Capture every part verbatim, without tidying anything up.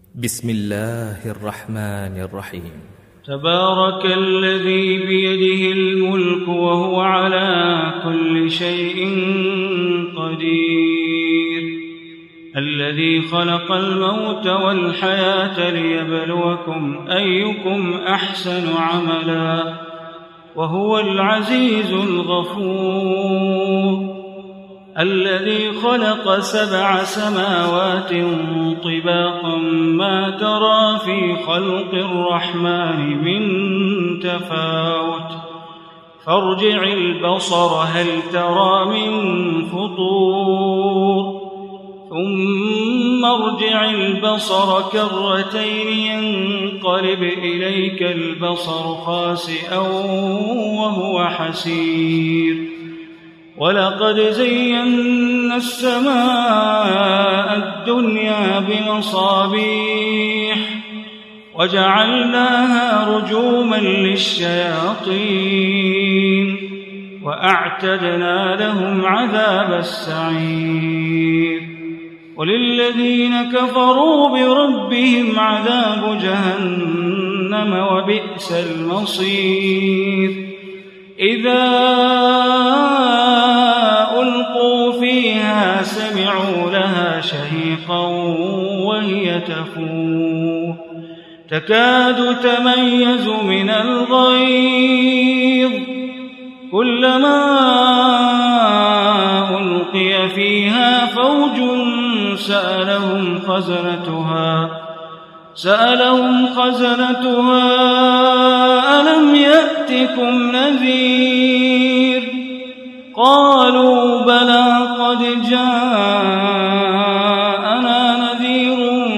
بسم الله الرحمن الرحيم. تبارك الذي بيده الملك وهو على كل شيء قدير، الذي خلق الموت والحياة ليبلوكم أيكم أحسن عملا وهو العزيز الغفور، الذي خلق سبع سماوات طباقا ما ترى في خلق الرحمن من تفاوت، فارجع البصر هل ترى من فطور، ثم ارجع البصر كرتين ينقلب إليك البصر خاسئا وهو حسير، ولقد زينا السماء الدنيا بمصابيح وجعلناها رجوما للشياطين وأعتدنا لهم عذاب السعير، وللذين كفروا بربهم عذاب جهنم وبئس المصير. إذا ألقوا فيها سمعوا لها شهيقا وهي تفور، تكاد تميز من الغيظ، كلما ألقي فيها فوج سألهم خزنتها سألهم خزنتها ألم يأتكم نذير، قالوا بلى قد جاءنا نذير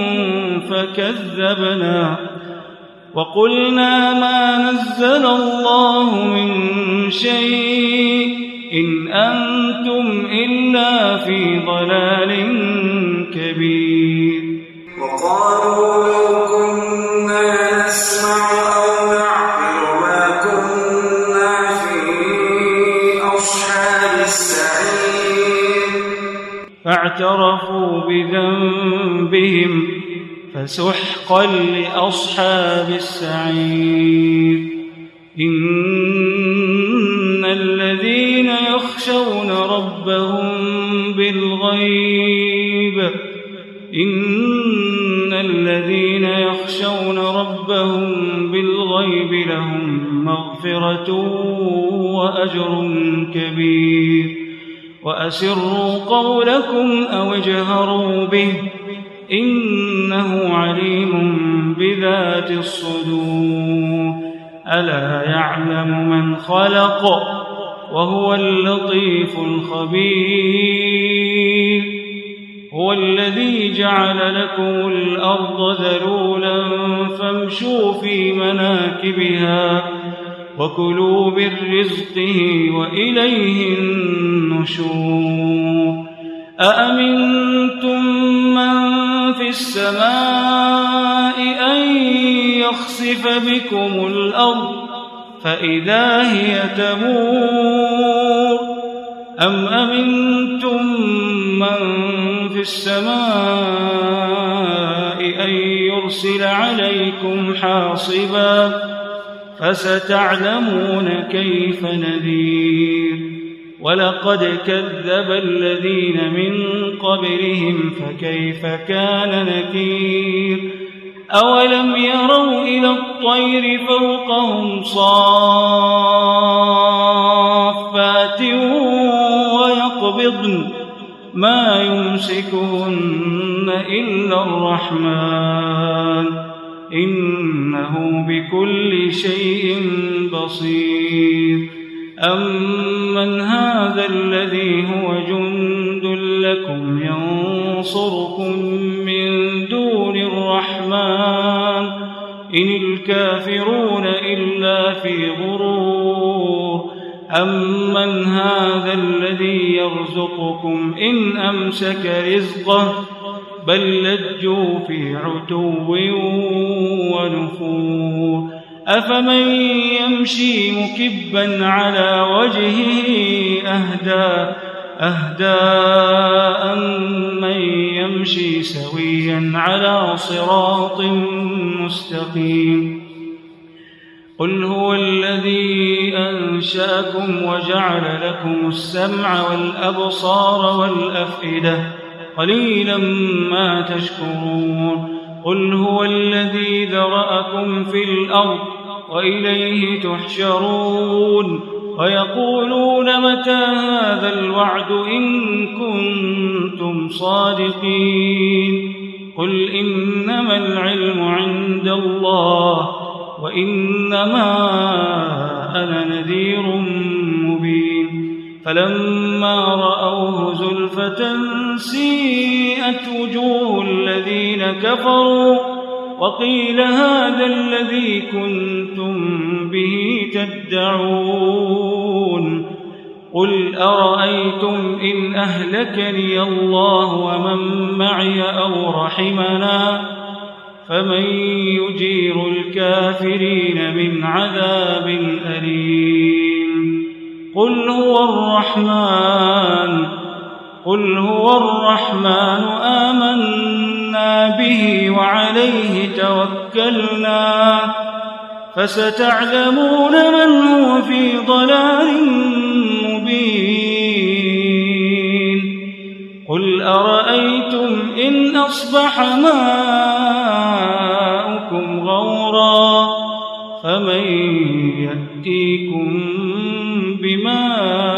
فكذبنا وقلنا ما نزل الله من شيء إن أنتم إلا في ضلال كبير. وقالوا لو كنا نسمع أو نعقل ما كنا في أصحاب السعير، فاعترفوا بذنبهم فسحقا لأصحاب السعير. إن الذين يخشون ربهم بالغيب إن الذين يخشون ربهم بالغيب لهم مغفرة وأجر كبير. وأسروا قولكم أو اجهروا به إنه عليم بذات الصدور، ألا يعلم من خلق وهو اللطيف الخبير. هو الذي جعل لكم الأرض ذلولا فامشوا في مناكبها وكلوا من رزقه وإليه النشور. أأمنتم من في السماء أن يخسف بكم الأرض فإذا هي تمور، أم أمنتم من في السماء أن يرسل عليكم حاصبا فستعلمون كيف نذير. ولقد كذب الذين من قبلهم فكيف كان نكير. أولم يروا إلى الطير فوقهم صافات ويقبضن ما يمسكهن إلا الرحمن إنه بكل شيء بصير. أمن هذا الذي هو جند لكم ينصركم من دون الرحمن إن الكافرون إلا في غرور. أمن هذا الذي يرزقكم إن أمسك رزقه بل لجوا في عتو ونفور. أفمن يمشي مكبا على وجهه أهدى أهدى أمن يمشي سويا على صراط مستقيم قل هو الذي أنشأكم وجعل لكم السمع والأبصار والأفئدة قليلا ما تشكرون قل هو الذي ذرأكم في الأرض وإليه تحشرون ويقولون متى هذا الوعد إن كنتم صادقين قل إنما العلم عند الله وإنما أنا نذير مبين فلما رأوه زلفة سيئت وجوه الذين كفروا وقيل هذا الذي كنتم به تدعون قل أرأيتم إن أهلكني الله ومن معي أو رحمنا فمن يجير الكافرين من عذاب أليم قل هو الرحمن قل هو الرحمن آمنا به وعليه توكلنا فستعلمون من هو في ضلال مبين قل أرأيتم إن أصبح ماؤكم غورا فمن يأتيكم بماء